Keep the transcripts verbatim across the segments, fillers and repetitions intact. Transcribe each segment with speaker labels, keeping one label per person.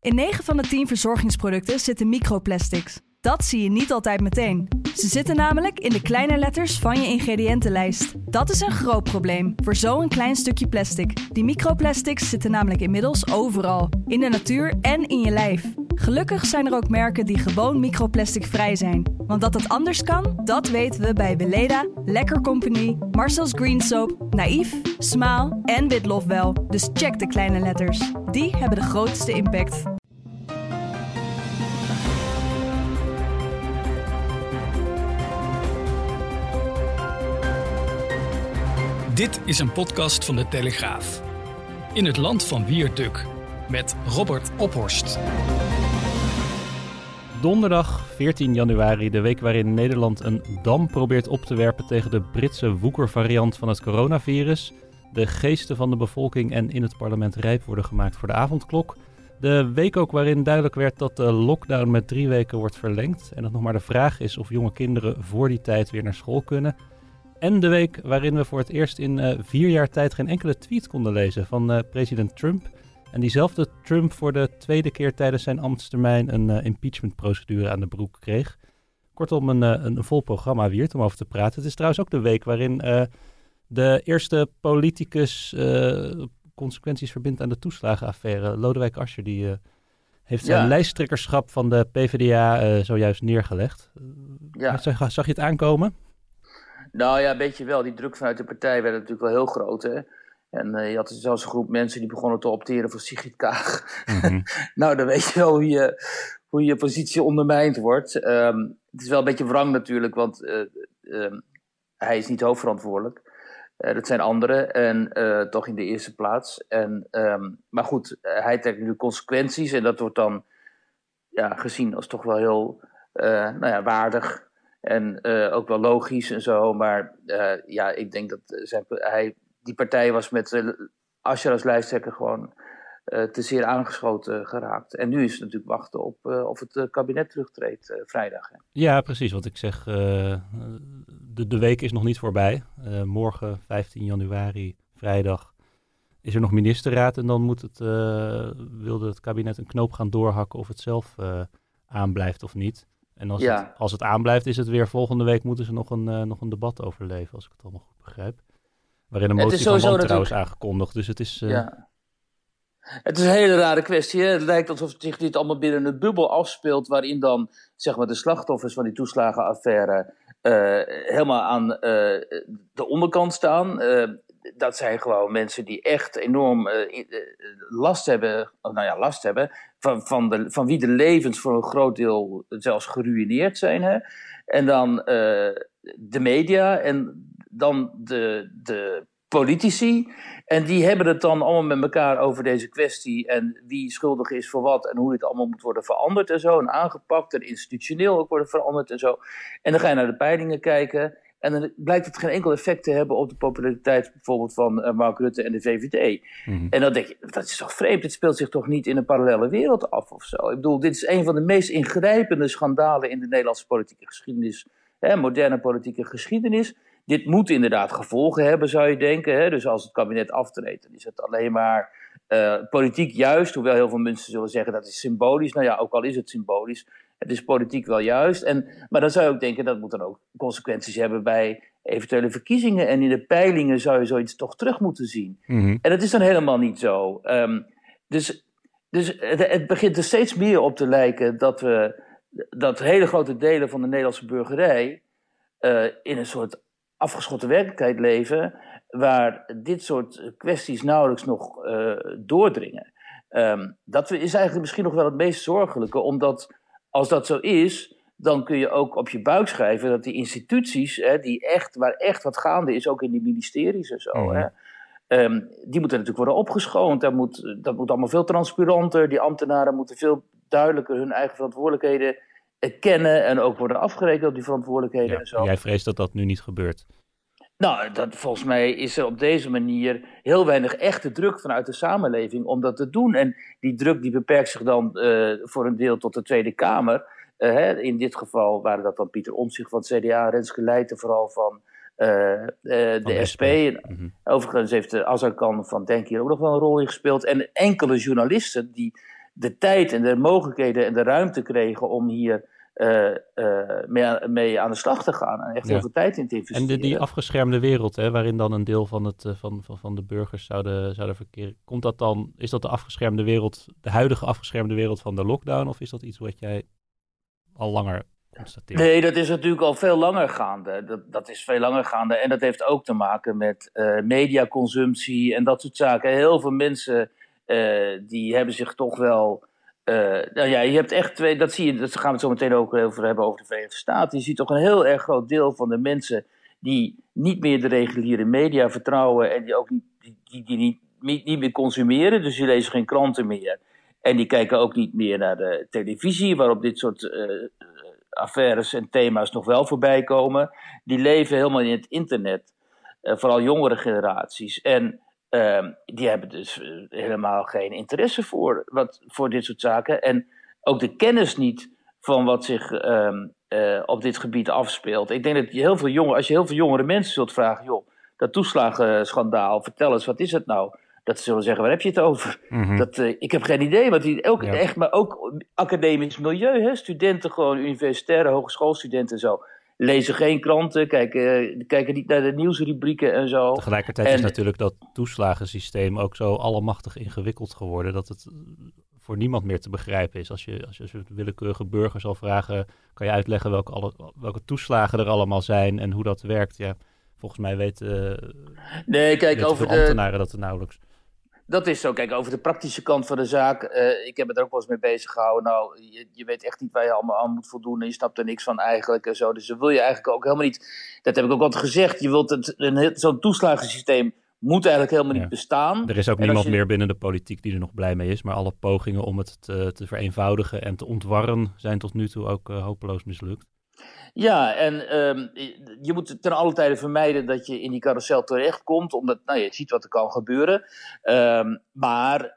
Speaker 1: In negen van de tien verzorgingsproducten zitten microplastics. Dat zie je niet altijd meteen. Ze zitten namelijk in de kleine letters van je ingrediëntenlijst. Dat is een groot probleem voor zo'n klein stukje plastic. Die microplastics zitten namelijk inmiddels overal. In de natuur en in je lijf. Gelukkig zijn er ook merken die gewoon microplasticvrij zijn. Want dat het anders kan, dat weten we bij Weleda, Lekker Company, Marcel's Green Soap, Naïef, Smaal en Witlof wel. Dus check de kleine letters. Die hebben de grootste impact.
Speaker 2: Dit is een podcast van de Telegraaf. In het land van Wierduk met Robert Ophorst.
Speaker 3: Donderdag veertien januari, de week waarin Nederland een dam probeert op te werpen tegen de Britse woekervariant van het coronavirus. De geesten van de bevolking en in het parlement rijp worden gemaakt voor de avondklok. De week ook waarin duidelijk werd dat de lockdown met drie weken wordt verlengd. En dat nog maar de vraag is of jonge kinderen voor die tijd weer naar school kunnen. En de week waarin we voor het eerst in uh, vier jaar tijd geen enkele tweet konden lezen van uh, president Trump. En diezelfde Trump voor de tweede keer tijdens zijn ambtstermijn een uh, impeachmentprocedure aan de broek kreeg. Kortom, een, uh, een vol programma, Wiert, om over te praten. Het is trouwens ook de week waarin uh, de eerste politicus uh, consequenties verbindt aan de toeslagenaffaire. Lodewijk Asscher, die uh, heeft zijn ja. lijsttrekkerschap van de P v d A uh, zojuist neergelegd. Ja. Zag, zag je het aankomen?
Speaker 4: Nou ja, een beetje wel. Die druk vanuit de partij werd natuurlijk wel heel groot, hè. En uh, je had zelfs een groep mensen die begonnen te opteren voor Sigrid Kaag. Mm-hmm. Nou, dan weet je wel hoe je, hoe je positie ondermijnd wordt. Um, het is wel een beetje wrang natuurlijk, want uh, uh, hij is niet hoofdverantwoordelijk. Uh, dat zijn anderen, en uh, toch in de eerste plaats. En, um, maar goed, uh, hij trekt nu de consequenties en dat wordt dan ja, gezien als toch wel heel uh, nou ja, waardig. En uh, ook wel logisch en zo, maar uh, ja, ik denk dat zijn, hij, die partij was met uh, Asscher als lijsttrekker gewoon uh, te zeer aangeschoten geraakt. En nu is het natuurlijk wachten op uh, of het uh, kabinet terugtreedt uh, vrijdag. Hè.
Speaker 3: Ja, precies, want ik zeg, uh, de, de week is nog niet voorbij. Uh, morgen, vijftien januari, vrijdag, is er nog ministerraad en dan moet het, uh, wilde het kabinet een knoop gaan doorhakken of het zelf uh, aanblijft of niet. En als, ja. het, als het aanblijft, is het weer volgende week moeten ze nog een, uh, nog een debat overleven, als ik het allemaal goed begrijp. Waarin een motie van wantrouwen is aangekondigd. Dus het is... Uh...
Speaker 4: Ja. Het is een hele rare kwestie. Hè? Het lijkt alsof zich dit allemaal binnen een bubbel afspeelt, waarin dan zeg maar, de slachtoffers van die toeslagenaffaire uh, helemaal aan uh, de onderkant staan. Uh, dat zijn gewoon mensen die echt enorm uh, last hebben, nou ja, last hebben van, van, de, van wie de levens voor een groot deel zelfs geruïneerd zijn. Hè? En dan uh, de media en dan de, de politici. En die hebben het dan allemaal met elkaar over deze kwestie en wie schuldig is voor wat en hoe dit allemaal moet worden veranderd en zo. En aangepakt en institutioneel ook worden veranderd en zo. En dan ga je naar de peilingen kijken. En dan blijkt het geen enkel effect te hebben op de populariteit bijvoorbeeld van uh, Mark Rutte en de V V D. Mm-hmm. En dan denk je, dat is toch vreemd, dit speelt zich toch niet in een parallele wereld af of zo. Ik bedoel, dit is een van de meest ingrijpende schandalen in de Nederlandse politieke geschiedenis, hè, moderne politieke geschiedenis. Dit moet inderdaad gevolgen hebben, zou je denken. Hè? Dus als het kabinet aftreedt, dan is het alleen maar uh, politiek juist. Hoewel heel veel mensen zullen zeggen dat is symbolisch. Nou ja, ook al is het symbolisch. Het is politiek wel juist. En, maar dan zou je ook denken, dat moet dan ook consequenties hebben bij eventuele verkiezingen. En in de peilingen zou je zoiets toch terug moeten zien. Mm-hmm. En dat is dan helemaal niet zo. Um, dus dus het, het begint er steeds meer op te lijken dat we dat hele grote delen van de Nederlandse burgerij uh, in een soort afgeschotten werkelijkheid leven, waar dit soort kwesties nauwelijks nog uh, doordringen. Um, dat is eigenlijk misschien nog wel het meest zorgelijke, omdat als dat zo is, dan kun je ook op je buik schrijven dat die instituties, hè, die echt, waar echt wat gaande is, ook in die ministeries en zo, mm-hmm. hè, um, die moeten natuurlijk worden opgeschoond. Dat moet, dat moet allemaal veel transparanter. Die ambtenaren moeten veel duidelijker hun eigen verantwoordelijkheden kennen en ook worden afgerekend op die verantwoordelijkheden
Speaker 3: ja,
Speaker 4: en zo.
Speaker 3: Jij vreest dat dat nu niet gebeurt?
Speaker 4: Nou, dat, volgens mij is er op deze manier heel weinig echte druk vanuit de samenleving om dat te doen. En die druk die beperkt zich dan uh, voor een deel tot de Tweede Kamer. Uh, hè, in dit geval waren dat dan Pieter Omtzigt van het C D A, Renske Leijten vooral van, uh, uh, de van S P. S P. Mm-hmm. Overigens heeft de Azarkan van Denk hier ook nog wel een rol in gespeeld. En enkele journalisten die de tijd en de mogelijkheden en de ruimte kregen om hier uh, uh, mee, mee aan de slag te gaan. En echt
Speaker 3: Ja.
Speaker 4: heel veel tijd in te investeren.
Speaker 3: En de, die afgeschermde wereld, hè, waarin dan een deel van, het, van, van, van de burgers zouden, zouden verkeren. Komt dat dan, is dat de afgeschermde wereld, de huidige afgeschermde wereld van de lockdown? Of is dat iets wat jij al langer constateert?
Speaker 4: Nee, dat is natuurlijk al veel langer gaande. Dat, dat is veel langer gaande. En dat heeft ook te maken met uh, mediaconsumptie en dat soort zaken. Heel veel mensen uh, die hebben zich toch wel... Uh, nou ja, je hebt echt twee... Dat zie je, dat gaan we het zo meteen ook over hebben over de Verenigde Staten. Je ziet toch een heel erg groot deel van de mensen die niet meer de reguliere media vertrouwen en die ook niet, die, die, die niet, niet, niet meer consumeren. Dus die lezen geen kranten meer. En die kijken ook niet meer naar de televisie, waarop dit soort... Uh, affaires en thema's nog wel voorbij komen. Die leven helemaal in het internet. Uh, vooral jongere generaties. En uh, die hebben dus uh, helemaal geen interesse voor, wat, voor dit soort zaken. En ook de kennis niet van wat zich uh, uh, op dit gebied afspeelt. Ik denk dat je heel veel jongeren, als je heel veel jongere mensen zult vragen, joh, dat toeslagenschandaal, vertel eens, wat is het nou? Dat ze zullen zeggen, waar heb je het over?
Speaker 3: Mm-hmm.
Speaker 4: Dat, uh, ik heb geen idee, want die, ook,
Speaker 3: Ja.
Speaker 4: echt, maar ook academisch milieu, hè? Studenten, gewoon universitaire, hogeschoolstudenten en zo, lezen geen kranten, kijken, kijken niet naar de nieuwsrubrieken en zo.
Speaker 3: Tegelijkertijd
Speaker 4: en,
Speaker 3: is natuurlijk dat toeslagensysteem ook zo allemachtig ingewikkeld geworden dat het voor niemand meer te begrijpen is. Als je, als je een willekeurige burger zal vragen, kan je uitleggen welke, alle, welke toeslagen er allemaal zijn en hoe dat werkt. Ja, volgens mij weten,
Speaker 4: nee, kijk,
Speaker 3: weten
Speaker 4: over
Speaker 3: veel
Speaker 4: de,
Speaker 3: ambtenaren dat er nauwelijks.
Speaker 4: Dat is zo. Kijk, over de praktische kant van de zaak. Uh, ik heb het er ook wel eens mee bezig gehouden. Nou, je, je weet echt niet waar je allemaal aan moet voldoen. En je snapt er niks van eigenlijk en zo. Dus dan wil je eigenlijk ook helemaal niet... Dat heb ik ook altijd gezegd. Je wilt het, een, zo'n toeslagensysteem moet eigenlijk helemaal
Speaker 3: Ja.
Speaker 4: niet bestaan.
Speaker 3: Er is ook
Speaker 4: En
Speaker 3: niemand
Speaker 4: als je...
Speaker 3: meer binnen de politiek die er nog blij mee is. Maar alle pogingen om het te, te vereenvoudigen en te ontwarren zijn tot nu toe ook uh, hopeloos mislukt.
Speaker 4: Ja, en um, je moet ten alle tijde vermijden dat je in die carousel terechtkomt, omdat nou, je ziet wat er kan gebeuren. Um, maar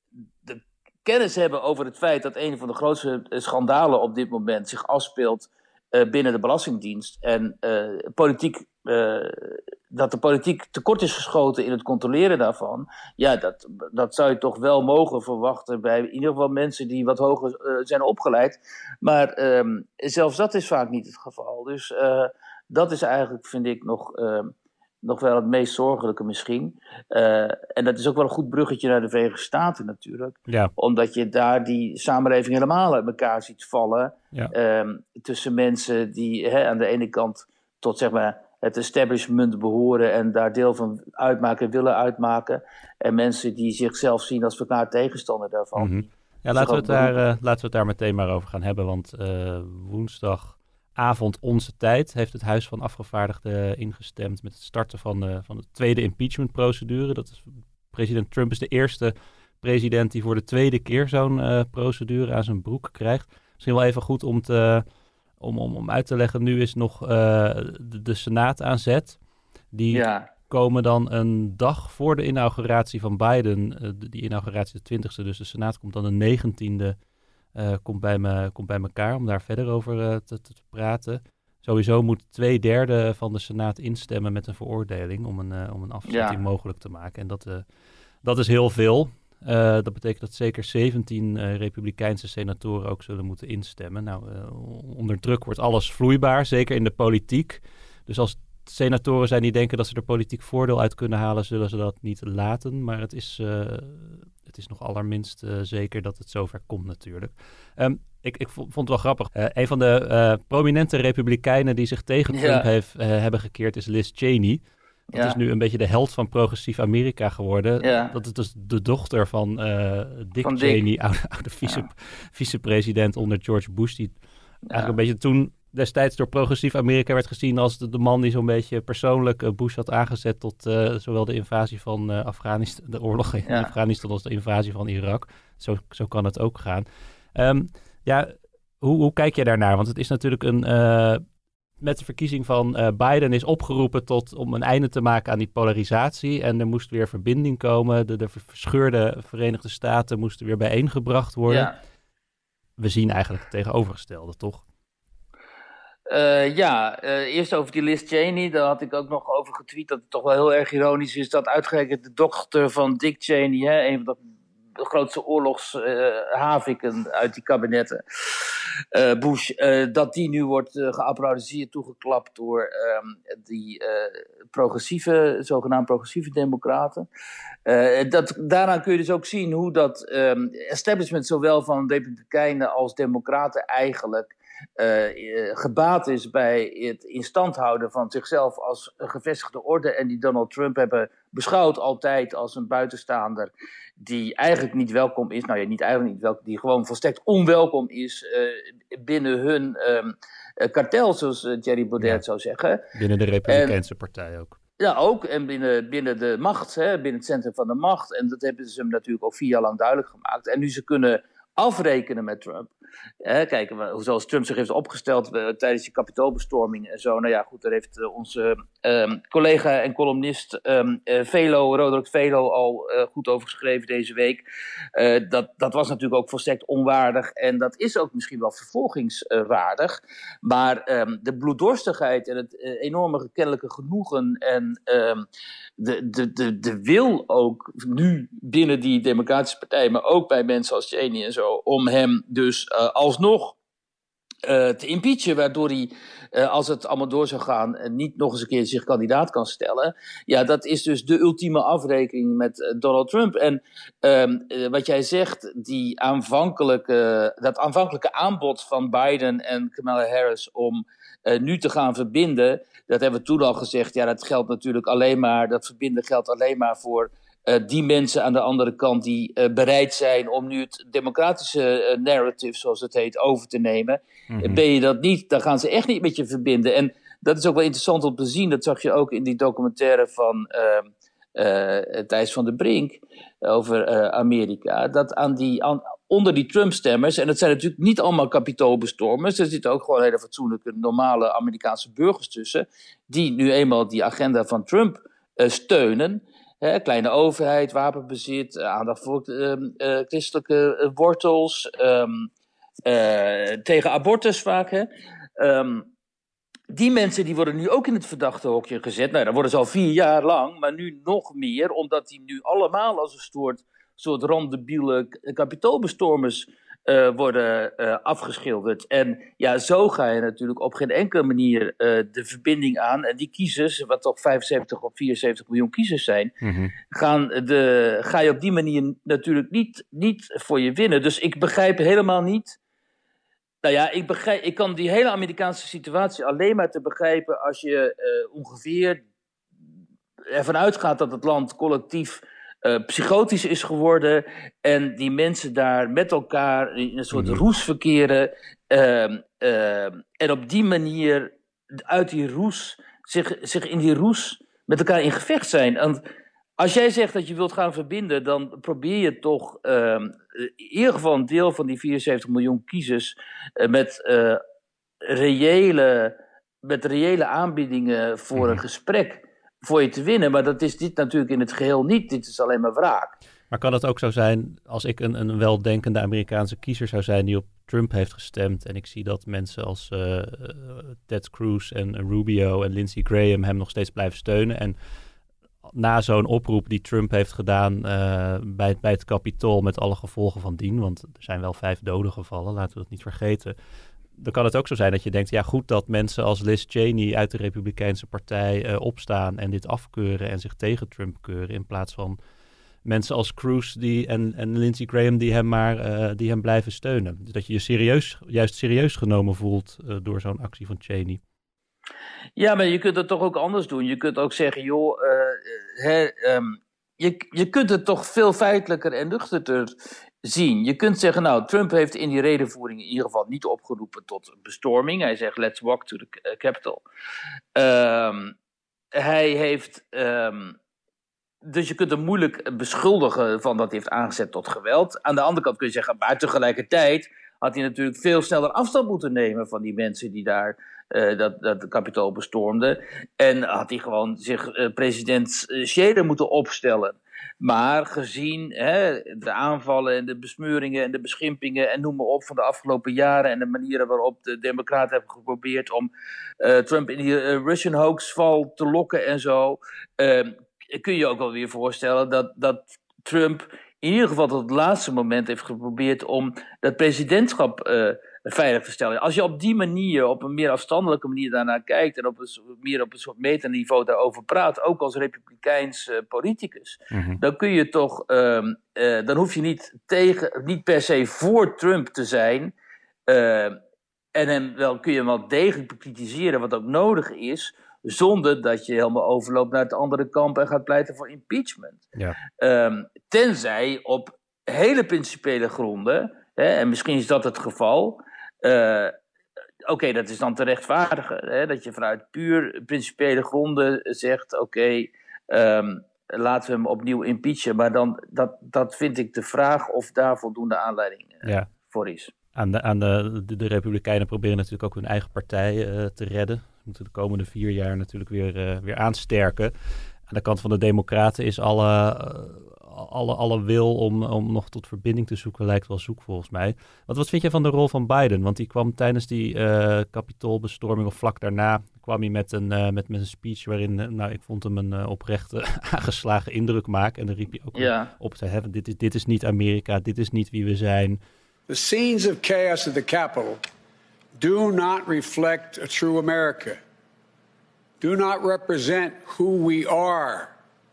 Speaker 4: de kennis hebben over het feit dat een van de grootste schandalen op dit moment zich afspeelt uh, binnen de Belastingdienst en uh, politiek, uh, dat de politiek tekort is geschoten in het controleren daarvan, ja, dat, dat zou je toch wel mogen verwachten bij in ieder geval mensen die wat hoger uh, zijn opgeleid. Maar um, zelfs dat is vaak niet het geval. Dus uh, dat is eigenlijk, vind ik, nog, uh, nog wel het meest zorgelijke misschien. Uh, en dat is ook wel een goed bruggetje naar de Verenigde Staten natuurlijk.
Speaker 3: Ja.
Speaker 4: Omdat je daar die samenleving helemaal uit elkaar ziet vallen.
Speaker 3: Ja.
Speaker 4: Um, tussen mensen die hè, aan de ene kant tot zeg maar het establishment behoren en daar deel van uitmaken, willen uitmaken. En mensen die zichzelf zien als verklaard tegenstander daarvan.
Speaker 3: Mm-hmm. Ja, laten we, het daar, uh, laten we het daar meteen maar over gaan hebben. Want uh, woensdagavond onze tijd heeft het Huis van Afgevaardigden ingestemd met het starten van de, van de tweede impeachmentprocedure. Dat is, president Trump is de eerste president die voor de tweede keer zo'n uh, procedure aan zijn broek krijgt. Misschien wel even goed om, te, om, om, om uit te leggen. Nu is nog uh, de, de Senaat aan zet. Die
Speaker 4: ja.
Speaker 3: komen dan een dag voor de inauguratie van Biden. Uh, die inauguratie de twintigste, dus de Senaat komt dan de negentiende. Uh, komt, bij me, komt bij elkaar om daar verder over uh, te, te praten. Sowieso moet twee derde van de Senaat instemmen met een veroordeling om een, uh, om een afzetting
Speaker 4: ja.
Speaker 3: mogelijk te maken. En dat, uh, dat is heel veel. Uh, dat betekent dat zeker zeventien uh, Republikeinse senatoren ook zullen moeten instemmen. Nou, uh, onder druk wordt alles vloeibaar, zeker in de politiek. Dus als senatoren zijn die denken dat ze er politiek voordeel uit kunnen halen, zullen ze dat niet laten. Maar het is, uh, het is nog allerminst uh, zeker dat het zover komt natuurlijk. Um, ik, ik vond het wel grappig. Uh, een van de uh, prominente Republikeinen die zich tegen Trump
Speaker 4: ja.
Speaker 3: heeft, uh, hebben gekeerd is Liz Cheney. Dat
Speaker 4: ja.
Speaker 3: is nu een beetje de held van progressief Amerika geworden.
Speaker 4: Ja.
Speaker 3: Dat is dus de dochter van uh, Dick
Speaker 4: van
Speaker 3: Cheney,
Speaker 4: Dick.
Speaker 3: oude, oude vice,
Speaker 4: Ja.
Speaker 3: vicepresident onder George Bush. Die eigenlijk
Speaker 4: Ja.
Speaker 3: een beetje toen destijds door progressief Amerika werd gezien als de, de man die zo'n beetje persoonlijk uh, Bush had aangezet tot uh, zowel de invasie van uh, Afghanistan, de oorlog in
Speaker 4: Ja.
Speaker 3: Afghanistan als de invasie van Irak. Zo, zo kan het ook gaan. Um, ja, hoe, hoe kijk jij daarnaar? Want het is natuurlijk een... Uh, met de verkiezing van uh, Biden is opgeroepen tot om een einde te maken aan die polarisatie. En er moest weer verbinding komen. De, de verscheurde Verenigde Staten moesten weer bijeengebracht worden.
Speaker 4: Ja.
Speaker 3: We zien eigenlijk het tegenovergestelde, toch?
Speaker 4: Uh, ja, uh, eerst over die Liz Cheney. Daar had ik ook nog over getweet dat het toch wel heel erg ironisch is dat uitgerekend de dochter van Dick Cheney, hè, een van de de grootste oorlogshaviken uh, uit die kabinetten, uh, Bush, uh, dat die nu wordt uh, geapplaudiseerd, toegeklapt door um, die uh, progressieve, zogenaamd progressieve democraten. Uh, dat, daaraan kun je dus ook zien hoe dat um, establishment zowel van republikeinen als democraten eigenlijk Uh, uh, gebaat is bij het instand houden van zichzelf als een gevestigde orde en die Donald Trump hebben beschouwd altijd als een buitenstaander die eigenlijk niet welkom is, nou ja, niet eigenlijk niet welkom, die gewoon volstrekt onwelkom is uh, binnen hun um, uh, kartel, zoals uh, Jerry Baudet ja, zou zeggen.
Speaker 3: Binnen de Republikeinse en, partij ook.
Speaker 4: Ja, ook. En binnen, binnen de macht, hè, binnen het centrum van de macht. En dat hebben ze hem natuurlijk ook vier jaar lang duidelijk gemaakt. En nu ze kunnen afrekenen met Trump. Eh, kijken, zoals Trump zich heeft opgesteld uh, tijdens die kapitoolbestorming en zo. Nou ja, goed, daar heeft uh, onze uh, collega en columnist um, uh, Velo, Roderick Velo al uh, goed over geschreven deze week. Uh, dat, dat was natuurlijk ook volstrekt onwaardig en dat is ook misschien wel vervolgingswaardig. Maar um, de bloeddorstigheid en het uh, enorme kennelijke genoegen en um, de, de, de, de wil ook nu binnen die Democratische Partij, maar ook bij mensen als Cheney en zo, om hem dus uh, alsnog uh, te impeachen, waardoor hij, uh, als het allemaal door zou gaan, uh, niet nog eens een keer zich kandidaat kan stellen. Ja, dat is dus de ultieme afrekening met uh, Donald Trump. En um, uh, wat jij zegt, die aanvankelijke, dat aanvankelijke aanbod van Biden en Kamala Harris om uh, nu te gaan verbinden, dat hebben we toen al gezegd, ja, dat geldt natuurlijk alleen maar, dat verbinden geldt alleen maar voor Uh, die mensen aan de andere kant die uh, bereid zijn om nu het democratische uh, narrative, zoals het heet, over te nemen. Mm-hmm. Ben je dat niet, dan gaan ze echt niet met je verbinden. En dat is ook wel interessant om te zien. Dat zag je ook in die documentaire van uh, uh, Thijs van der Brink over uh, Amerika. Dat aan die, aan, onder die Trump-stemmers, en dat zijn natuurlijk niet allemaal kapitoolbestormers, er zitten ook gewoon hele fatsoenlijke, normale Amerikaanse burgers tussen, die nu eenmaal die agenda van Trump uh, steunen. He, kleine overheid, wapenbezit, aandacht voor uh, uh, christelijke uh, wortels, um, uh, tegen abortus vaak. Hè. Um, die mensen die worden nu ook in het verdachte hokje gezet. Nou, dat worden ze al vier jaar lang, maar nu nog meer, omdat die nu allemaal als een soort, soort randebiele kapitoolbestormers Uh, worden uh, afgeschilderd. En ja, zo ga je natuurlijk op geen enkele manier uh, de verbinding aan. En die kiezers, wat toch vijfenzeventig of vierenzeventig miljoen kiezers zijn, mm-hmm. gaan de, ga je op die manier natuurlijk niet, niet voor je winnen. Dus ik begrijp helemaal niet. Nou ja, ik, begrijp, ik kan die hele Amerikaanse situatie alleen maar te begrijpen als je uh, ongeveer ervan uitgaat dat het land collectief Uh, psychotisch is geworden en die mensen daar met elkaar in een soort mm-hmm. roes verkeren uh, uh, en op die manier uit die roes zich, zich in die roes met elkaar in gevecht zijn. En als jij zegt dat je wilt gaan verbinden, dan probeer je toch uh, in ieder geval een deel van die vierenzeventig miljoen kiezers uh, met, uh, reële, met reële aanbiedingen voor mm-hmm. een gesprek voor je te winnen, maar dat is dit natuurlijk in het geheel niet. Dit is alleen maar wraak.
Speaker 3: Maar kan het ook zo zijn, als ik een, een weldenkende Amerikaanse kiezer zou zijn die op Trump heeft gestemd en ik zie dat mensen als uh, Ted Cruz en Rubio en Lindsey Graham hem nog steeds blijven steunen en na zo'n oproep die Trump heeft gedaan uh, bij, bij het Capitool met alle gevolgen van dien, want er zijn wel vijf doden gevallen, laten we dat niet vergeten. Dan kan het ook zo zijn dat je denkt, ja goed dat mensen als Liz Cheney uit de Republikeinse Partij uh, opstaan en dit afkeuren en zich tegen Trump keuren, in plaats van mensen als Cruz die, en, en Lindsey Graham die hem maar uh, die hem blijven steunen. Dus dat je je serieus, juist serieus genomen voelt uh, door zo'n actie van Cheney.
Speaker 4: Ja, maar je kunt het toch ook anders doen. Je kunt ook zeggen, joh, uh, hè, um, je, je kunt het toch veel feitelijker en nuchterder zien. Je kunt zeggen, nou, Trump heeft in die redenvoering in ieder geval niet opgeroepen tot bestorming. Hij zegt, let's walk to the Capitol. Um, hij heeft, um, dus je kunt hem moeilijk beschuldigen van dat hij heeft aangezet tot geweld. Aan de andere kant kun je zeggen, maar tegelijkertijd had hij natuurlijk veel sneller afstand moeten nemen van die mensen die daar uh, dat, dat de Capitool bestormden. En had hij gewoon zich uh, president Scherer moeten opstellen. Maar gezien hè, de aanvallen en de besmeuringen en de beschimpingen en noem maar op van de afgelopen jaren en de manieren waarop de democraten hebben geprobeerd om uh, Trump in die uh, Russian hoax-val te lokken en zo, uh, kun je je ook wel weer voorstellen dat, dat Trump in ieder geval tot het laatste moment heeft geprobeerd om dat presidentschap uh, veilig te stellen. Als je op die manier, op een meer afstandelijke manier daarnaar kijkt en op een, meer op een soort metaniveau daarover praat, ook als republikeins uh, politicus, mm-hmm. dan kun je toch, um, uh, dan hoef je niet, tegen, niet per se voor Trump te zijn. Uh, en hem wel kun je hem wel degelijk bekritiseren, wat ook nodig is, zonder dat je helemaal overloopt naar het andere kamp en gaat pleiten voor impeachment. Ja. Um, tenzij op hele principiële gronden, hè, en misschien is dat het geval, uh, oké, okay, dat is dan te rechtvaardigen, hè, dat je vanuit puur principiële gronden zegt, oké, okay, um, laten we hem opnieuw impeachen, maar dan, dat, dat vind ik de vraag of daar voldoende aanleiding uh, ja. voor is.
Speaker 3: Aan de, aan de, de, de Republikeinen proberen natuurlijk ook hun eigen partij uh, te redden. Ze moeten de komende vier jaar natuurlijk weer, uh, weer aansterken. Aan de kant van de Democraten is alle, uh, alle, alle wil om, om nog tot verbinding te zoeken lijkt wel zoek volgens mij. Wat, wat vind jij van de rol van Biden? Want die kwam tijdens die uh, Capitoolbestorming of vlak daarna kwam hij met een, uh, met, met een speech waarin, uh, nou ik vond hem een uh, oprechte aangeslagen indruk maken. En dan riep hij ook ja. op te heffen, dit is, dit is niet Amerika, dit is niet wie we zijn.
Speaker 5: The scenes of chaos at the Capitol do not reflect a true America. Do not represent who we are.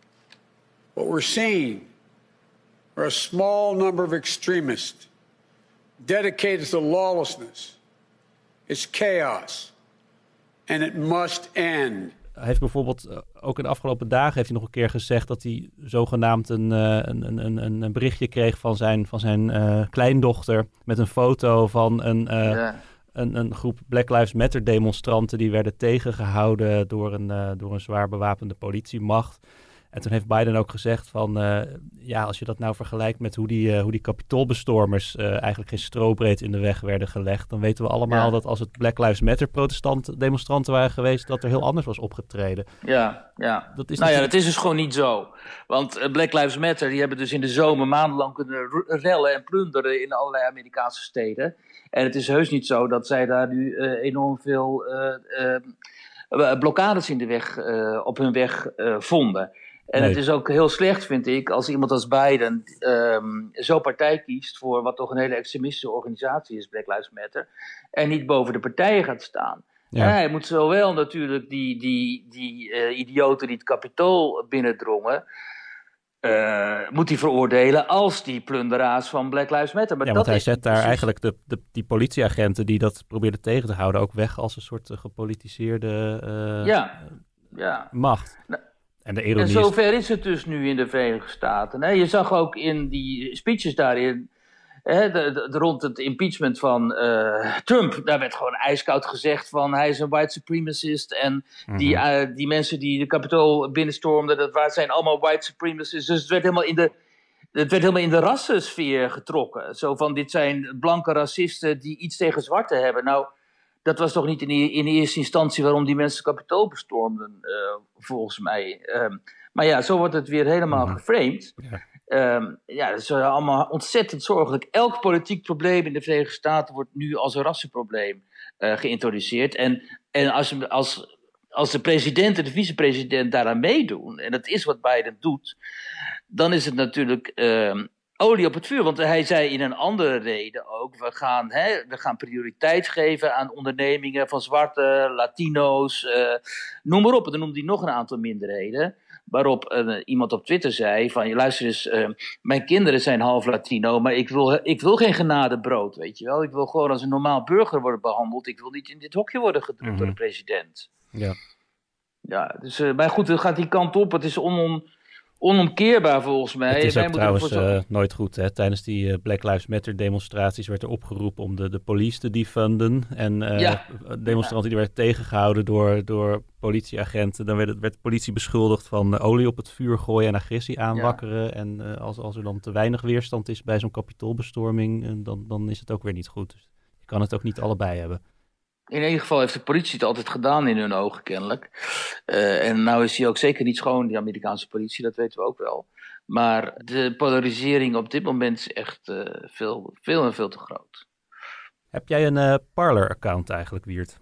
Speaker 5: What we're seeing are a small number of extremists dedicated to lawlessness. It's chaos. And it must end.
Speaker 3: Hij heeft bijvoorbeeld, uh, ook in de afgelopen dagen heeft hij nog een keer gezegd dat hij zogenaamd een, uh, een, een, een, een berichtje kreeg van zijn, van zijn uh, kleindochter met een foto van een, uh, ja. een, een groep Black Lives Matter demonstranten die werden tegengehouden door een, uh, door een zwaar bewapende politiemacht. En toen heeft Biden ook gezegd van, uh, ja, als je dat nou vergelijkt met hoe die, uh, hoe die Capitoolbestormers uh, eigenlijk geen strobreed in de weg werden gelegd, dan weten we allemaal ja. dat als het Black Lives Matter protestant demonstranten waren geweest, dat er heel anders was opgetreden.
Speaker 4: Ja, ja.
Speaker 3: Dat is
Speaker 4: nou ja, dat is dus gewoon niet zo. Want uh, Black Lives Matter, die hebben dus in de zomer maandenlang kunnen rellen en plunderen in allerlei Amerikaanse steden. En het is heus niet zo dat zij daar nu uh, enorm veel uh, uh, blokkades in de weg, uh, op hun weg uh, vonden. En nee. Het is ook heel slecht, vind ik, als iemand als Biden um, zo partij kiest voor wat toch een hele extremistische organisatie is, Black Lives Matter, en niet boven de partijen gaat staan. Ja. Hij moet zowel natuurlijk die, die, die uh, idioten die het Capitool binnendrongen, uh, moet hij veroordelen als die plunderaars van Black Lives Matter. Maar
Speaker 3: ja,
Speaker 4: dat
Speaker 3: want hij
Speaker 4: is
Speaker 3: zet daar precies eigenlijk de, de, die politieagenten die dat probeerden tegen te houden ook weg als een soort uh, gepolitiseerde uh,
Speaker 4: ja. Ja.
Speaker 3: macht. Nou, En, de en
Speaker 4: zover is het dus nu in de Verenigde Staten. Hè? Je zag ook in die speeches daarin, hè, de, de, de, rond het impeachment van uh, Trump, daar werd gewoon ijskoud gezegd van hij is een white supremacist. En mm-hmm. die, uh, die mensen die de Capitool binnenstormden, dat waren, zijn allemaal white supremacists. Dus het werd helemaal in de, het werd helemaal in de rassensfeer getrokken. Zo van dit zijn blanke racisten die iets tegen zwarte hebben. Nou, dat was toch niet in, in eerste instantie waarom die mensen het Capitool bestormden, uh, volgens mij. Um, maar ja, zo wordt het weer helemaal mm-hmm. geframed. Ja. Um, ja, dat is allemaal ontzettend zorgelijk. Elk politiek probleem in de Verenigde Staten wordt nu als een rassenprobleem uh, geïntroduceerd. En, en als, als, als de president en de vicepresident daaraan meedoen, en dat is wat Biden doet, dan is het natuurlijk Um, olie op het vuur, want hij zei in een andere reden ook, we gaan, hè, we gaan prioriteit geven aan ondernemingen van zwarte, Latino's, uh, noem maar op. En dan noemde hij nog een aantal minderheden, waarop uh, iemand op Twitter zei van, luister eens, uh, mijn kinderen zijn half Latino, maar ik wil, ik wil geen genadebrood, weet je wel. Ik wil gewoon als een normaal burger worden behandeld. Ik wil niet in dit hokje worden gedrukt mm-hmm. door de president.
Speaker 3: Ja.
Speaker 4: Ja, dus, uh, maar goed, het gaat die kant op. Het is on... onomkeerbaar volgens mij.
Speaker 3: Het is ook trouwens uh, nooit goed. Hè? Tijdens die uh, Black Lives Matter demonstraties werd er opgeroepen om de, de police te defunden. En uh, ja. demonstranten ja. die werden tegengehouden door, door politieagenten. Dan werd, het, werd de politie beschuldigd van uh, olie op het vuur gooien en agressie aanwakkeren. Ja. En uh, als, als er dan te weinig weerstand is bij zo'n kapitoolbestorming, uh, dan, dan is het ook weer niet goed. Dus je kan het ook niet allebei hebben.
Speaker 4: In ieder geval heeft de politie het altijd gedaan in hun ogen, kennelijk. Uh, en nou is die ook zeker niet schoon, die Amerikaanse politie, dat weten we ook wel. Maar de polarisering op dit moment is echt uh, veel, veel en veel te groot.
Speaker 3: Heb jij een uh, Parler-account eigenlijk, Wiert?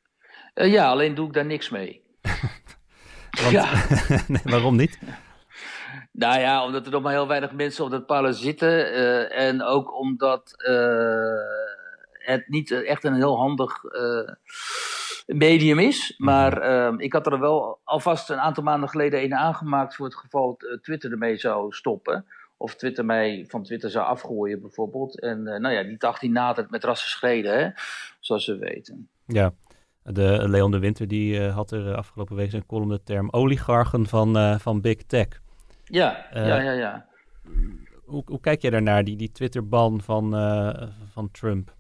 Speaker 4: Uh, ja, alleen doe ik daar niks mee.
Speaker 3: Want, ja. nee, waarom niet?
Speaker 4: Nou ja, omdat er nog maar heel weinig mensen op dat Parler zitten. Uh, en ook omdat uh, het niet echt een heel handig uh, medium is. Maar uh, ik had er wel alvast een aantal maanden geleden een aangemaakt voor het geval uh, Twitter ermee zou stoppen. Of Twitter mij van Twitter zou afgooien bijvoorbeeld. En uh, nou ja, die dag die nadert met rassen schreden, hè? Zoals we weten.
Speaker 3: Ja, de Leon de Winter die uh, had er afgelopen week zijn column de term oligarchen van, uh, van Big Tech.
Speaker 4: Ja, uh, ja, ja, ja.
Speaker 3: Hoe, hoe kijk jij daarnaar, die, die Twitter-ban van, uh, van Trump?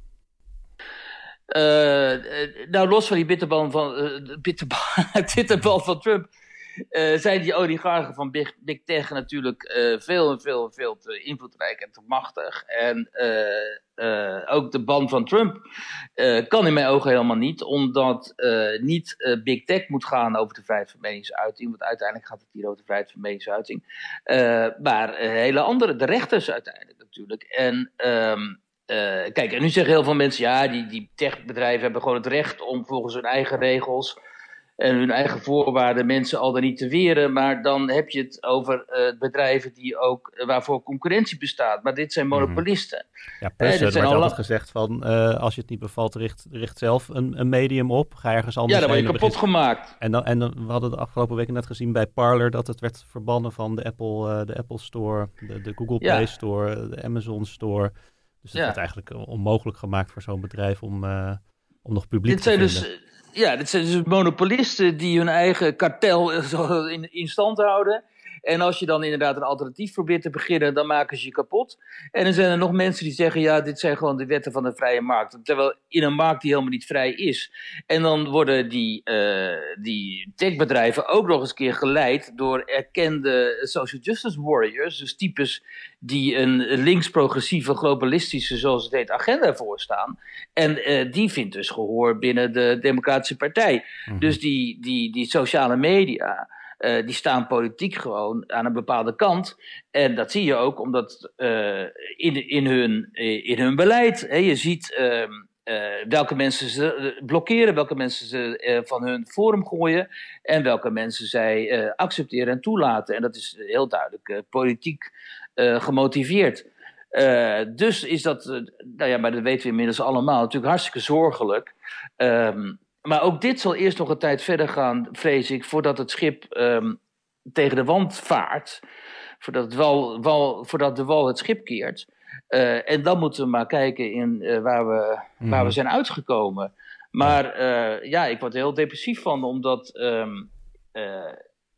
Speaker 4: Uh, nou, los van die bitterban van, uh, bitterban, Twitterban van Trump... Uh, zijn die oligarchen van Big, Big Tech natuurlijk uh, veel en veel, veel te invloedrijk en te machtig. En uh, uh, ook de ban van Trump uh, kan in mijn ogen helemaal niet, omdat uh, niet uh, Big Tech moet gaan over de vrijheid van meningsuiting, want uiteindelijk gaat het hier over de vrijheid van meningsuiting. Uh, maar uh, hele andere, de rechters uiteindelijk natuurlijk. En um, uh, kijk, en nu zeggen heel veel mensen, ja, die, die techbedrijven hebben gewoon het recht om volgens hun eigen regels en hun eigen voorwaarden mensen al dan niet te weren. Maar dan heb je het over uh, bedrijven die ook, uh, waarvoor concurrentie bestaat. Maar dit zijn monopolisten.
Speaker 3: Ja, plus
Speaker 4: eh,
Speaker 3: er wordt
Speaker 4: al
Speaker 3: altijd gezegd van, uh, als je het niet bevalt, richt, richt zelf een, een medium op. Ga ergens anders
Speaker 4: Ja, dan word je kapot
Speaker 3: begin...
Speaker 4: gemaakt.
Speaker 3: En, dan, en dan, we hadden de afgelopen weken net gezien bij Parler dat het werd verbannen van de Apple, uh, de Apple Store, de, de Google Play ja. Store, de Amazon Store. Dus het ja. werd eigenlijk onmogelijk gemaakt voor zo'n bedrijf om, uh, om nog publiek dit te vinden. Dus,
Speaker 4: Ja, dit zijn dus monopolisten die hun eigen kartel in, in stand houden. En als je dan inderdaad een alternatief probeert te beginnen, dan maken ze je kapot. En dan zijn er nog mensen die zeggen, ja, dit zijn gewoon de wetten van de vrije markt. Terwijl in een markt die helemaal niet vrij is. En dan worden die, uh, die techbedrijven ook nog eens een keer geleid door erkende social justice warriors. Dus types die een links-progressieve, globalistische, zoals het heet, agenda voorstaan. En uh, die vindt dus gehoor binnen de Democratische Partij. Mm-hmm. Dus die, die, die sociale media... Uh, die staan politiek gewoon aan een bepaalde kant. En dat zie je ook omdat uh, in, in, hun, in hun beleid... Hè, je ziet uh, uh, welke mensen ze blokkeren, welke mensen ze uh, van hun forum gooien... en welke mensen zij uh, accepteren en toelaten. En dat is heel duidelijk uh, politiek uh, gemotiveerd. Uh, dus is dat, uh, nou ja, maar dat weten we inmiddels allemaal... natuurlijk hartstikke zorgelijk... Um, Maar ook dit zal eerst nog een tijd verder gaan, vrees ik, voordat het schip um, tegen de wand vaart. Voordat, het wal, wal, voordat de wal het schip keert. Uh, en dan moeten we maar kijken in, uh, waar, we, mm. waar we zijn uitgekomen. Maar uh, ja, ik word er heel depressief van, omdat, um, uh,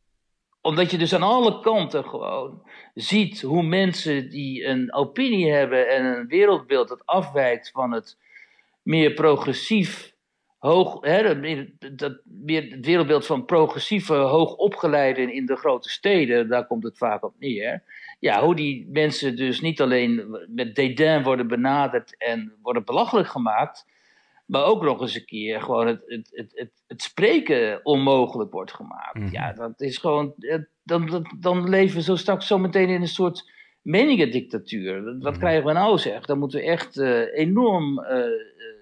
Speaker 4: omdat je dus aan alle kanten gewoon ziet hoe mensen die een opinie hebben en een wereldbeeld dat afwijkt van het meer progressief... Hoog, hè, dat, meer het wereldbeeld van progressieve, hoogopgeleiden in de grote steden, daar komt het vaak op neer. Ja, hoe die mensen dus niet alleen met dédain worden benaderd en worden belachelijk gemaakt, maar ook nog eens een keer gewoon het, het, het, het, het spreken onmogelijk wordt gemaakt. Mm-hmm. Ja, dat is gewoon, dan, dan, dan leven we zo straks zo meteen in een soort meningendictatuur. Wat mm-hmm. krijgen we nou zeg? Dan moeten we echt uh, enorm uh, uh,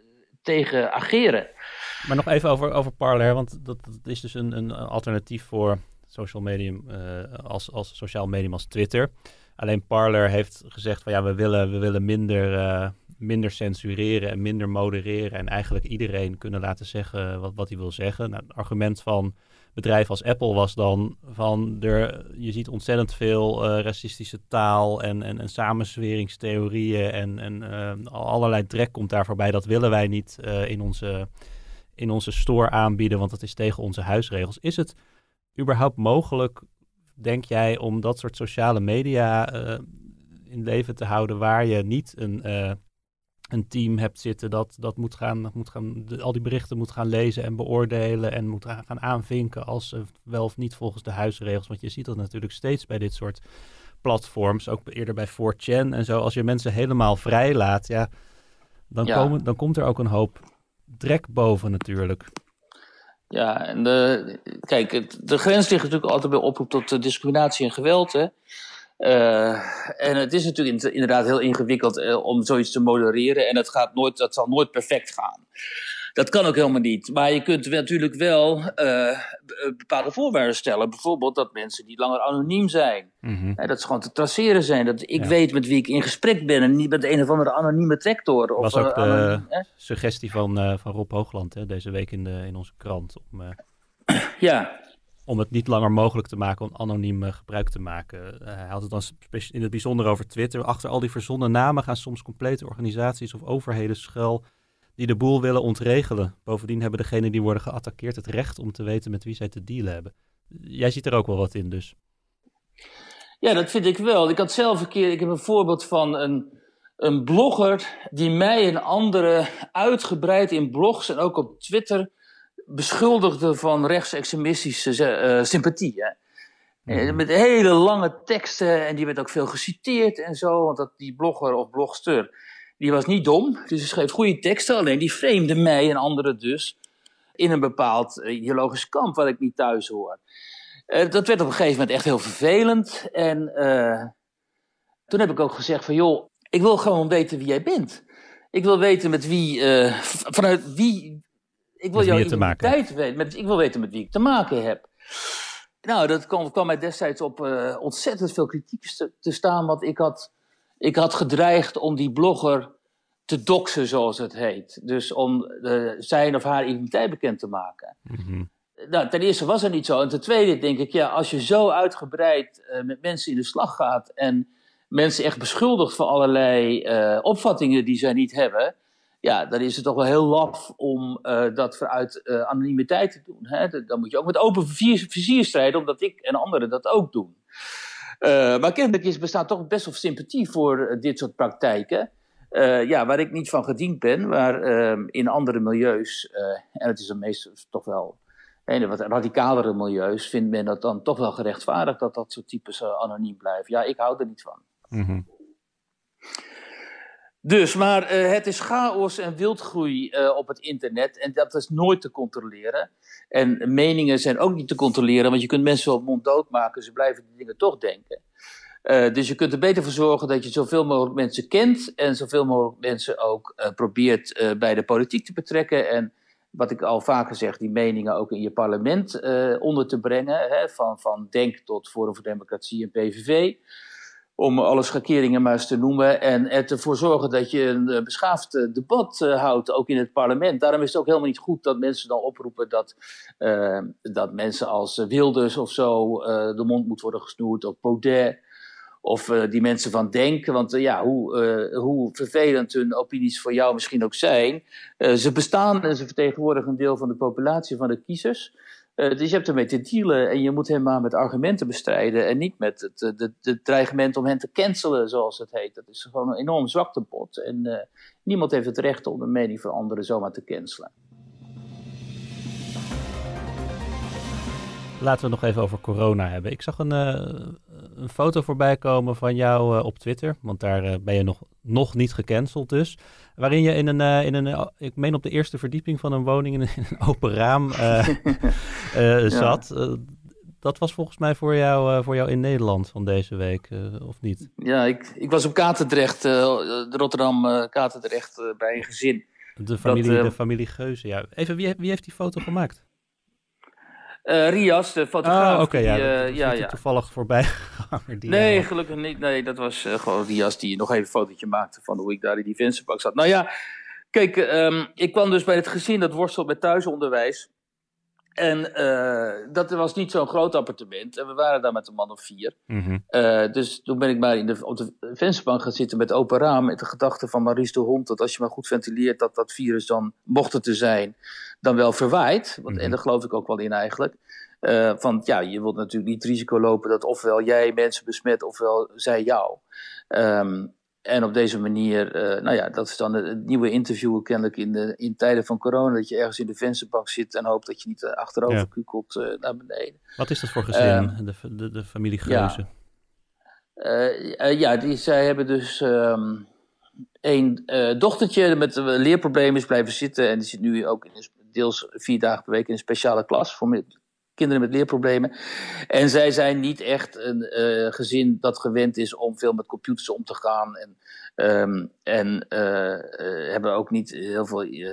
Speaker 4: tegen ageren.
Speaker 3: Maar nog even over, over Parler, want dat, dat is dus een, een alternatief voor social medium uh, als, als sociaal medium als Twitter. Alleen Parler heeft gezegd van ja, we willen, we willen minder, uh, minder censureren en minder modereren en eigenlijk iedereen kunnen laten zeggen wat, wat hij wil zeggen. Nou, het argument van bedrijven als Apple was dan van er, je ziet ontzettend veel uh, racistische taal en, en, en samenzweringstheorieën en, en uh, allerlei drek komt daar voorbij. Dat willen wij niet uh, in onze... in onze store aanbieden, want dat is tegen onze huisregels. Is het überhaupt mogelijk, denk jij, om dat soort sociale media uh, in leven te houden waar je niet een, uh, een team hebt zitten dat, dat moet gaan, moet gaan de, al die berichten moet gaan lezen en beoordelen en moet gaan aanvinken als uh, wel of niet volgens de huisregels? Want je ziet dat natuurlijk steeds bij dit soort platforms, ook eerder bij four chan en zo. Als je mensen helemaal vrij laat, ja, dan, ja. Komen, dan komt er ook een hoop drek boven natuurlijk.
Speaker 4: Ja, en de, kijk, het, de grens ligt natuurlijk altijd bij oproep tot uh, discriminatie en geweld. Hè? Uh, en het is natuurlijk inderdaad heel ingewikkeld uh, om zoiets te modereren. En het gaat nooit, dat zal nooit perfect gaan. Dat kan ook helemaal niet. Maar je kunt natuurlijk wel uh, bepaalde voorwaarden stellen. Bijvoorbeeld dat mensen niet langer anoniem zijn. Mm-hmm. Uh, dat ze gewoon te traceren zijn. Dat ik ja. weet met wie ik in gesprek ben en niet met een of andere anonieme tractor.
Speaker 3: Dat was of, ook uh, de anoniem, suggestie van, uh, van Rob Hoogland hè, deze week in, de, in onze krant. Om, uh,
Speaker 4: ja.
Speaker 3: om het niet langer mogelijk te maken om anoniem uh, gebruik te maken. Uh, hij had het dan spe- in het bijzonder over Twitter. Achter al die verzonnen namen gaan soms complete organisaties of overheden schuil die de boel willen ontregelen. Bovendien hebben degenen die worden geattaqueerd het recht om te weten met wie zij te dealen hebben. Jij ziet er ook wel wat in dus.
Speaker 4: Ja, dat vind ik wel. Ik had zelf een keer, ik heb een voorbeeld van een, een blogger die mij en anderen uitgebreid in blogs en ook op Twitter beschuldigde van rechtsextremistische uh, sympathie. Hè. Mm-hmm. Met hele lange teksten en die werd ook veel geciteerd en zo, want dat, die blogger of blogster, die was niet dom, dus ze schreef goede teksten, alleen die vreemde mij en anderen dus in een bepaald ideologisch kamp waar ik niet thuis hoor. Uh, dat werd op een gegeven moment echt heel vervelend en uh, toen heb ik ook gezegd van joh, ik wil gewoon weten wie jij bent. Ik wil weten met wie, uh, vanuit wie, ik wil jouw identiteit weten, met, ik wil weten met wie ik te maken heb. Nou, dat kwam, kwam mij destijds op uh, ontzettend veel kritiek te, te staan, want ik had, ik had gedreigd om die blogger te doxen, zoals het heet. Dus om uh, zijn of haar identiteit bekend te maken. Mm-hmm. Nou, ten eerste was het niet zo. En ten tweede denk ik, ja, als je zo uitgebreid uh, met mensen in de slag gaat en mensen echt beschuldigt van allerlei uh, opvattingen die zij niet hebben, ja, dan is het toch wel heel laf om uh, dat vanuit uh, anonimiteit te doen. Hè? Dan moet je ook met open vizier, vizier strijden, omdat ik en anderen dat ook doen. Uh, maar kennelijk is, bestaat toch best wel sympathie voor uh, dit soort praktijken. Uh, ja, waar ik niet van gediend ben, maar uh, in andere milieus, uh, en het is dan meestal toch wel in wat radicalere milieus, vindt men dat dan toch wel gerechtvaardigd dat dat soort types uh, anoniem blijven. Ja, ik hou er niet van. Mm-hmm. Dus, maar uh, het is chaos en wildgroei uh, op het internet en dat is nooit te controleren. En meningen zijn ook niet te controleren, want je kunt mensen wel monddood maken, ze blijven die dingen toch denken. Uh, dus je kunt er beter voor zorgen dat je zoveel mogelijk mensen kent en zoveel mogelijk mensen ook uh, probeert uh, bij de politiek te betrekken. En wat ik al vaker zeg, die meningen ook in je parlement uh, onder te brengen, hè, van, van Denk tot Forum voor Democratie en P V V. Om alle schakeringen maar eens te noemen. En ervoor zorgen dat je een beschaafd debat uh, houdt, ook in het parlement. Daarom is het ook helemaal niet goed dat mensen dan oproepen dat, uh, dat mensen als Wilders of zo uh, de mond moet worden gesnoerd, of Baudet, of uh, die mensen van Denk. Want uh, ja, hoe, uh, hoe vervelend hun opinies voor jou misschien ook zijn. Uh, ze bestaan en ze vertegenwoordigen een deel van de populatie, van de kiezers. Uh, dus je hebt ermee te dealen en je moet hen maar met argumenten bestrijden en niet met het, het, het, het dreigement om hen te cancelen, zoals het heet. Dat is gewoon een enorm zwaktepot en uh, niemand heeft het recht om de mening van anderen zomaar te cancelen.
Speaker 3: Laten we het nog even over corona hebben. Ik zag een, uh, een foto voorbij komen van jou uh, op Twitter, want daar uh, ben je nog, nog niet gecanceld dus. Waarin je in een, uh, in een uh, ik meen op de eerste verdieping van een woning in een, in een open raam uh, uh, zat. Uh, dat was volgens mij voor jou, uh, voor jou in Nederland van deze week, uh, of niet?
Speaker 4: Ja, ik, ik was op Katendrecht, uh, de Rotterdam uh, Katendrecht uh, bij een gezin.
Speaker 3: De familie, dat, uh, de familie Geuze, ja. Even, wie, wie heeft die foto gemaakt?
Speaker 4: Uh, Rias, de fotograaf.
Speaker 3: Oh, oké, okay, ja,
Speaker 4: die, uh,
Speaker 3: dat
Speaker 4: ja, ja.
Speaker 3: toevallig voorbij gegaan.
Speaker 4: Nee, uh, gelukkig niet. Nee, dat was uh, gewoon Rias die nog even een fotootje maakte van hoe ik daar in die vensterbank zat. Nou ja, kijk, um, ik kwam dus bij het gezin dat worstelt met thuisonderwijs. En uh, dat was niet zo'n groot appartement. En we waren daar met een man of vier. Mm-hmm. Uh, dus toen ben ik maar in de, op de vensterbank gaan zitten met open raam. Met de gedachte van Maurice de Hond, dat als je maar goed ventileert, dat dat virus dan, mocht het te zijn, dan wel verwaait. Want, mm-hmm. En daar geloof ik ook wel in eigenlijk. Uh, van ja, je wilt natuurlijk niet het risico lopen dat ofwel jij mensen besmet, ofwel zij jou. Um, En op deze manier, uh, nou ja, dat is dan het nieuwe interview kennelijk in, de, in tijden van corona. Dat je ergens in de vensterbank zit en hoopt dat je niet uh, achterover ja. kukelt uh, naar beneden.
Speaker 3: Wat is dat voor gezin, uh, de, de, de familie Geuze?
Speaker 4: Ja, uh, uh, ja die, zij hebben dus um, een uh, dochtertje met uh, leerproblemen is blijven zitten. En die zit nu ook in een, deels vier dagen per week in een speciale klas voor met, kinderen met leerproblemen. En zij zijn niet echt een uh, gezin dat gewend is om veel met computers om te gaan. En, um, en uh, uh, hebben ook niet heel veel uh,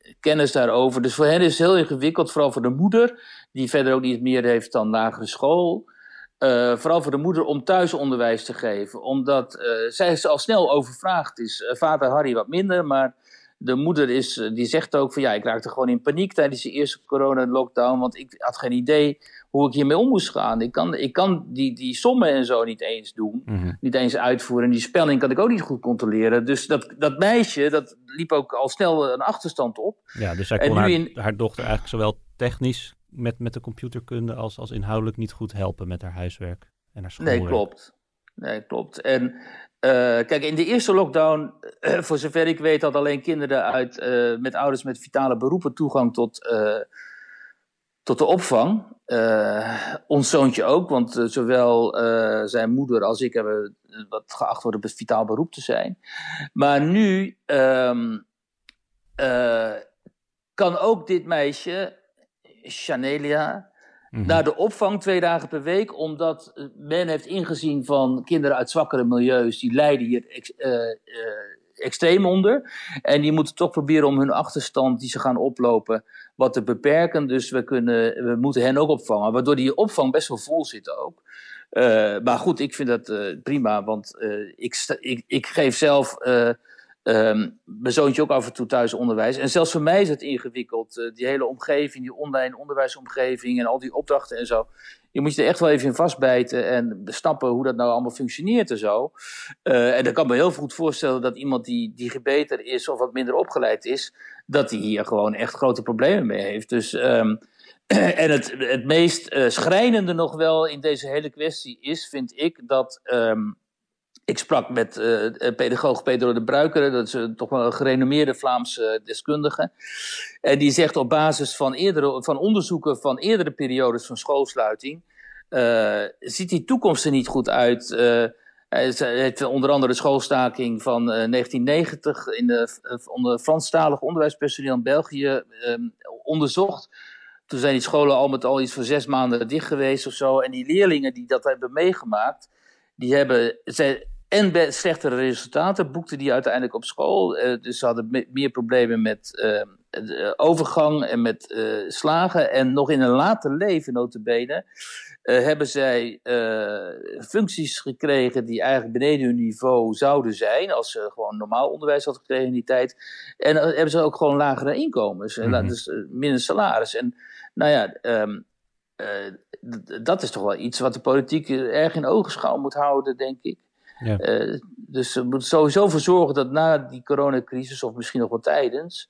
Speaker 4: kennis daarover. Dus voor hen is het heel ingewikkeld, vooral voor de moeder, die verder ook niet meer heeft dan lagere school. Uh, vooral voor de moeder om thuisonderwijs te geven. Omdat uh, zij al snel overvraagd is. Uh, vader Harry wat minder, maar de moeder is, uh, die zegt ook van ja, ik raakte gewoon in paniek tijdens de eerste corona-lockdown, want ik had geen idee hoe ik hiermee om moest gaan. Ik kan, ik kan die, die sommen en zo niet eens doen, mm-hmm. niet eens uitvoeren. En die spelling kan ik ook niet goed controleren. Dus dat, dat meisje, dat liep ook al snel een achterstand op.
Speaker 3: Ja, dus zij kon haar, in... haar dochter eigenlijk zowel technisch met, met de computerkunde als, als inhoudelijk niet goed helpen met haar huiswerk en haar schoolwerk.
Speaker 4: Nee, klopt. Nee, klopt. En uh, kijk, in de eerste lockdown, uh, voor zover ik weet, had alleen kinderen uit, uh, met ouders met vitale beroepen toegang tot, uh, tot de opvang. Uh, ons zoontje ook, want uh, zowel uh, zijn moeder als ik hebben wat geacht worden het vitaal beroep te zijn. Maar nu um, uh, kan ook dit meisje, Chanelia, mm-hmm. naar de opvang twee dagen per week, omdat men heeft ingezien van kinderen uit zwakkere milieus, die lijden hier ex, uh, uh, extreem onder. En die moeten toch proberen om hun achterstand die ze gaan oplopen wat te beperken. Dus we, kunnen, we moeten hen ook opvangen, waardoor die opvang best wel vol zit ook. Uh, maar goed, ik vind dat uh, prima, want uh, ik, ik, ik geef zelf uh, um, mijn zoontje ook af en toe thuisonderwijs. En zelfs voor mij is het ingewikkeld, uh, die hele omgeving, die online onderwijsomgeving en al die opdrachten en zo. Je moet je er echt wel even in vastbijten en snappen hoe dat nou allemaal functioneert en zo. Uh, en dan kan me heel goed voorstellen dat iemand die, die gebeter is of wat minder opgeleid is, dat hij hier gewoon echt grote problemen mee heeft. Dus... Um, En het, het meest uh, schrijnende nog wel in deze hele kwestie is, vind ik, dat um, ik sprak met uh, pedagoog Pedro de Bruikere, dat is uh, toch wel een gerenommeerde Vlaamse uh, deskundige. En die zegt op basis van, eerdere, van onderzoeken van eerdere periodes van schoolsluiting, uh, ziet die toekomst er niet goed uit. Uh, hij heeft onder andere de schoolstaking van uh, negentien negentig in de, uh, onder Franstalig onderwijspersoneel in België uh, onderzocht. Toen zijn die scholen al met al iets van zes maanden dicht geweest of zo. En die leerlingen die dat hebben meegemaakt, die hebben zij, en be- slechtere resultaten boekten die uiteindelijk op school. Uh, dus ze hadden me- meer problemen met uh, de overgang en met uh, slagen. En nog in een later leven, nota bene, uh, hebben zij uh, functies gekregen die eigenlijk beneden hun niveau zouden zijn, als ze gewoon normaal onderwijs hadden gekregen in die tijd. En uh, hebben ze ook gewoon lagere inkomens, mm-hmm. en, dus uh, minder salaris. En nou ja, um, uh, d- dat is toch wel iets wat de politiek erg in ogenschouw moet houden, denk ik. Ja. Uh, dus er moet sowieso voor zorgen dat na die coronacrisis, of misschien nog wel tijdens,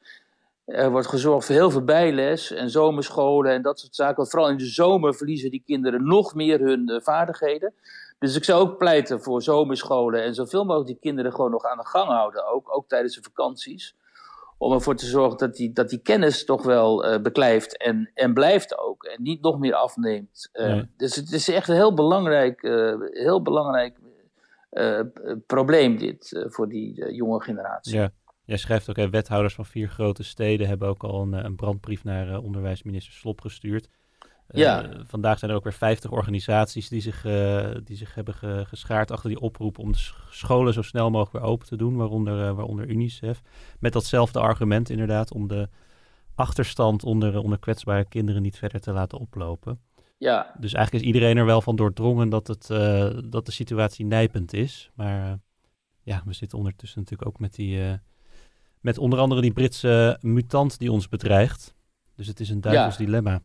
Speaker 4: er wordt gezorgd voor heel veel bijles en zomerscholen en dat soort zaken. Want vooral in de zomer verliezen die kinderen nog meer hun uh, vaardigheden. Dus ik zou ook pleiten voor zomerscholen en zoveel mogelijk die kinderen gewoon nog aan de gang houden, ook, ook tijdens de vakanties. Om ervoor te zorgen dat die, dat die kennis toch wel uh, beklijft en, en blijft ook. En niet nog meer afneemt. Uh, nee. Dus het is echt een heel belangrijk, uh, heel belangrijk uh, probleem dit uh, voor die uh, jonge generatie.
Speaker 3: Ja. Jij schrijft ook, hè, wethouders van vier grote steden hebben ook al een, een brandbrief naar uh, onderwijsminister Slob gestuurd. Uh,
Speaker 4: ja.
Speaker 3: Vandaag zijn er ook weer vijftig organisaties die zich, uh, die zich hebben ge, geschaard achter die oproep om de scholen zo snel mogelijk weer open te doen, waaronder, uh, waaronder UNICEF. Met datzelfde argument inderdaad, om de achterstand onder, onder kwetsbare kinderen niet verder te laten oplopen.
Speaker 4: Ja.
Speaker 3: Dus eigenlijk is iedereen er wel van doordrongen dat, het, uh, dat de situatie nijpend is. Maar uh, ja, we zitten ondertussen natuurlijk ook met die, uh, met onder andere die Britse mutant die ons bedreigt. Dus het is een duivels ja. dilemma.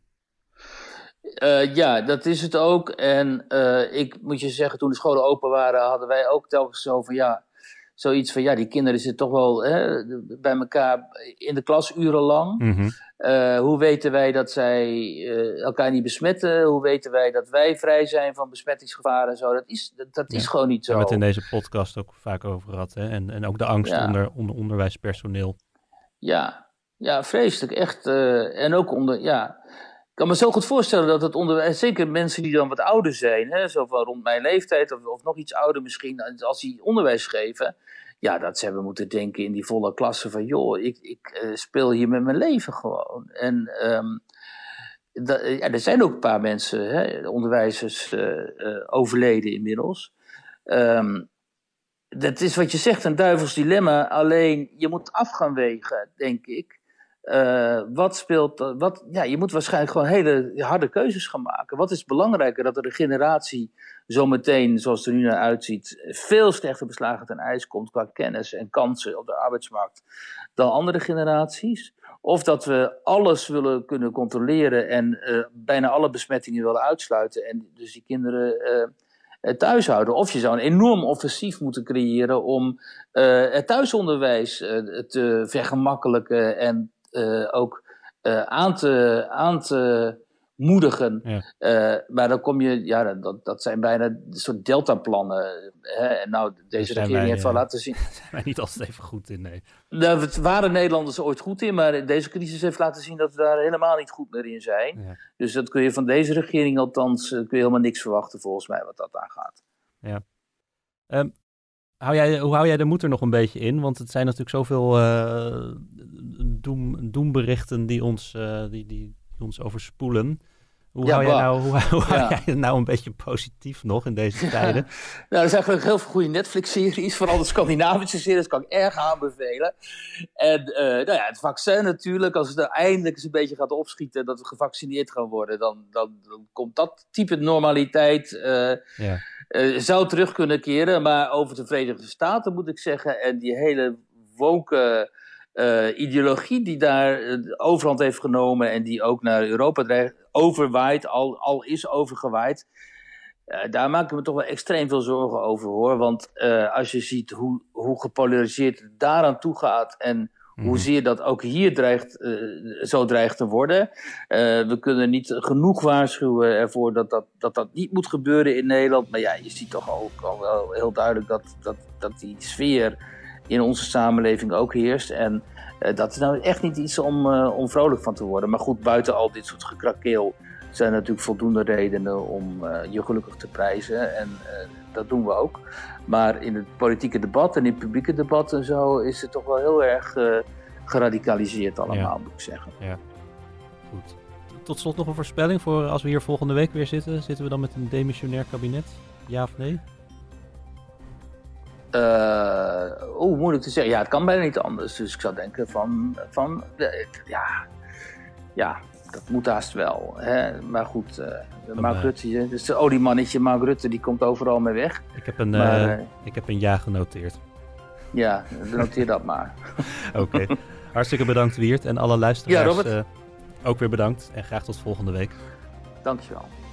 Speaker 4: Uh, ja, dat is het ook. En uh, ik moet je zeggen, toen de scholen open waren, hadden wij ook telkens zo van ja, zoiets van ja, die kinderen zitten toch wel hè, bij elkaar in de klas urenlang. Mm-hmm. Uh, hoe weten wij dat zij uh, elkaar niet besmetten? Hoe weten wij dat wij vrij zijn van besmettingsgevaar en zo? Dat is, dat, dat ja. is gewoon niet zo.
Speaker 3: We hebben het in deze podcast ook vaak over gehad. Hè? En, en ook de angst ja. onder, onder onderwijspersoneel.
Speaker 4: Ja, ja, vreselijk. Echt. Uh, en ook onder, ja... Ik kan me zo goed voorstellen dat het onderwijs, zeker mensen die dan wat ouder zijn, hè, zo van rond mijn leeftijd of, of nog iets ouder misschien, als die onderwijs geven, ja, dat ze hebben moeten denken in die volle klasse van, joh, ik, ik uh, speel hier met mijn leven gewoon. En um, da, ja, er zijn ook een paar mensen, hè, onderwijzers, uh, uh, overleden inmiddels. Um, dat is wat je zegt, een duivels dilemma, alleen je moet af gaan wegen, denk ik. Uh, wat speelt, wat, ja, je moet waarschijnlijk gewoon hele harde keuzes gaan maken. Wat is belangrijker, dat er een generatie zometeen, zoals het er nu naar uitziet, veel slechter beslagen ten ijs komt qua kennis en kansen op de arbeidsmarkt dan andere generaties? Of dat we alles willen kunnen controleren en uh, bijna alle besmettingen willen uitsluiten en dus die kinderen uh, thuis houden. Of je zou een enorm offensief moeten creëren om uh, het thuisonderwijs uh, te vergemakkelijken en uh, ook uh, aan, te, aan te moedigen. Ja. Uh, maar dan kom je, ja, dat, dat zijn bijna een soort deltaplannen. Hè? En nou, deze regering wij, heeft wel uh, laten zien.
Speaker 3: Daar zijn wij niet altijd even goed in, nee.
Speaker 4: Daar nou, waren Nederlanders ooit goed in, maar deze crisis heeft laten zien dat we daar helemaal niet goed meer in zijn. Ja. Dus dat kun je van deze regering althans, kun je helemaal niks verwachten volgens mij wat dat aangaat.
Speaker 3: Ja. Um, hou jij, hoe hou jij de moed er nog een beetje in? Want het zijn natuurlijk zoveel uh, doem, doemberichten die ons, uh, die, die, die ons overspoelen. Hoe, ja, hou, jij nou, hoe, hoe ja. hou jij het nou een beetje positief nog in deze tijden?
Speaker 4: Nou, er zijn eigenlijk heel veel goede Netflix-series, vooral de Scandinavische series, kan ik erg aanbevelen. En uh, nou ja, het vaccin natuurlijk, als het er eindelijk eens een beetje gaat opschieten, dat we gevaccineerd gaan worden, dan, dan, dan komt dat type normaliteit, uh, ja. uh, zou terug kunnen keren. Maar over de Verenigde Staten moet ik zeggen, en die hele woke Uh, ideologie die daar uh, overhand heeft genomen en die ook naar Europa dreigt, overwaait, al, al is overgewaaid. Uh, daar maak ik me toch wel extreem veel zorgen over, hoor. Want uh, als je ziet hoe, hoe gepolariseerd het daaraan toe gaat en mm. hoezeer dat ook hier dreigt, uh, zo dreigt te worden. Uh, we kunnen niet genoeg waarschuwen ervoor dat dat, dat dat niet moet gebeuren in Nederland. Maar ja, je ziet toch ook al wel heel duidelijk dat, dat, dat die sfeer in onze samenleving ook heerst. En uh, dat is nou echt niet iets om, uh, om vrolijk van te worden. Maar goed, buiten al dit soort gekrakeel zijn er natuurlijk voldoende redenen om uh, je gelukkig te prijzen. En uh, dat doen we ook. Maar in het politieke debat en in het publieke debat en zo is het toch wel heel erg uh, geradicaliseerd allemaal, ja. moet ik zeggen.
Speaker 3: Ja, goed. Tot slot nog een voorspelling voor als we hier volgende week weer zitten. Zitten we dan met een demissionair kabinet? Ja of nee?
Speaker 4: Uh, oh, moeilijk te zeggen. Ja, het kan bijna niet anders. Dus ik zou denken van, van uh, ja, ja, dat moet haast wel. Hè? Maar goed, uh, Mark uh, Rutte, dus het oliemannetje Mark Rutte, die komt overal mee weg.
Speaker 3: Ik heb een, maar, uh, ik heb een ja genoteerd.
Speaker 4: Ja, noteer dat maar.
Speaker 3: Oké, okay. Hartstikke bedankt, Wiert. En alle luisteraars ja, uh, ook weer bedankt. En graag tot volgende week.
Speaker 4: Dankjewel.